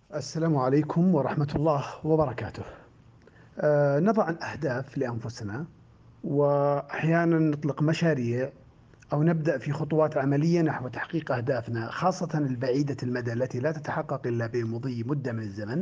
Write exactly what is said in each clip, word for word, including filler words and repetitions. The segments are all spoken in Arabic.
السلام عليكم ورحمة الله وبركاته. آه، نضع أهداف لأنفسنا، وأحيانا نطلق مشاريع أو نبدأ في خطوات عملية نحو تحقيق أهدافنا، خاصة البعيدة المدى التي لا تتحقق إلا بمضي مدة من الزمن.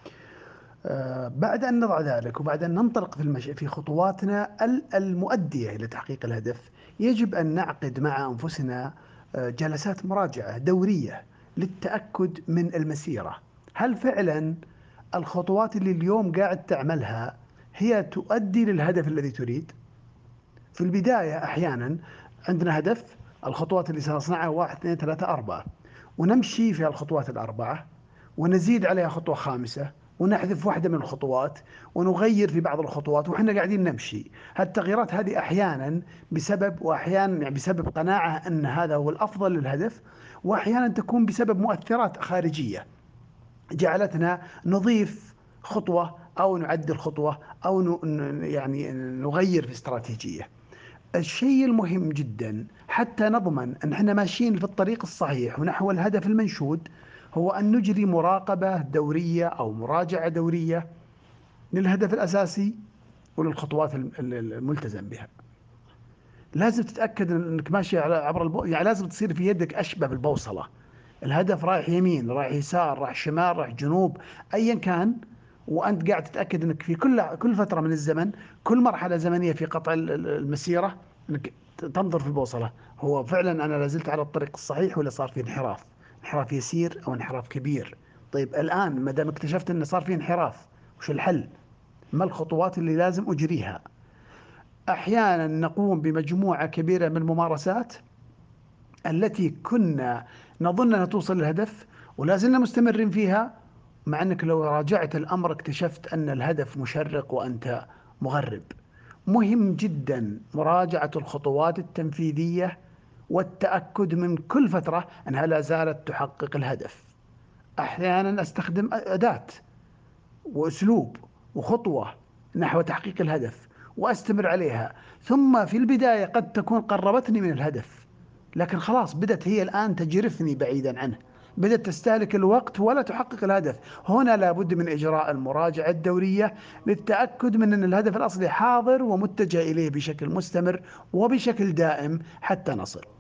آه، بعد أن نضع ذلك وبعد أن ننطلق في, المش... في خطواتنا ال- المؤدية إلى تحقيق الهدف، يجب أن نعقد مع أنفسنا آه، جلسات مراجعة دورية للتأكد من المسيرة. هل فعلا الخطوات اللي اليوم قاعد تعملها هي تؤدي للهدف الذي تريد؟ في البداية أحيانا عندنا هدف، الخطوات اللي سنصنعها واحد اثنين ثلاثة أربعة، ونمشي في الخطوات الأربعة، ونزيد عليها خطوة خامسة، ونحذف واحدة من الخطوات، ونغير في بعض الخطوات وإحنا قاعدين نمشي. هالتغييرات هذه أحيانا بسبب، وأحيانا يعني بسبب قناعة أن هذا هو الأفضل للهدف، وأحيانا تكون بسبب مؤثرات خارجية جعلتنا نضيف خطوة أو نعدل خطوة أو ن- يعني نغير في استراتيجية. الشيء المهم جدا حتى نضمن أن احنا ماشيين في الطريق الصحيح ونحو الهدف المنشود، هو أن نجري مراقبة دورية أو مراجعة دورية للهدف الأساسي وللخطوات الم- ال- ال- الملتزم بها. لازم تتأكد أنك ماشي على عبر البو... يعني لازم تصير في يدك أشبه بالبوصلة. الهدف رايح يمين، رايح يسار، رايح شمال، رايح جنوب، أيا كان. وأنت قاعد تتأكد أنك في كل كل فترة من الزمن، كل مرحلة زمنية في قطع ال- ال- المسيرة، أنك ت- تنظر في البوصلة. هو فعلا أنا لازلت على الطريق الصحيح ولا صار في انحراف؟ انحراف يسير أو انحراف كبير؟ طيب الآن ما دام اكتشفت أن صار في انحراف، وش الحل؟ ما الخطوات اللي لازم أجريها؟ أحيانا نقوم بمجموعة كبيرة من الممارسات التي كنا نظن أنها توصل للهدف ولا زلنا مستمرين فيها، مع أنك لو راجعت الأمر اكتشفت أن الهدف مشرق وأنت مغرب. مهم جدا مراجعة الخطوات التنفيذية والتأكد من كل فترة أنها لا زالت تحقق الهدف. أحيانا أستخدم أداة وأسلوب وخطوة نحو تحقيق الهدف وأستمر عليها، ثم في البداية قد تكون قربتني من الهدف، لكن خلاص بدأت هي الآن تجرفني بعيدا عنه، بدأت تستهلك الوقت ولا تحقق الهدف. هنا لابد من إجراء المراجعة الدورية للتأكد من أن الهدف الأصلي حاضر ومتجه إليه بشكل مستمر وبشكل دائم حتى نصل.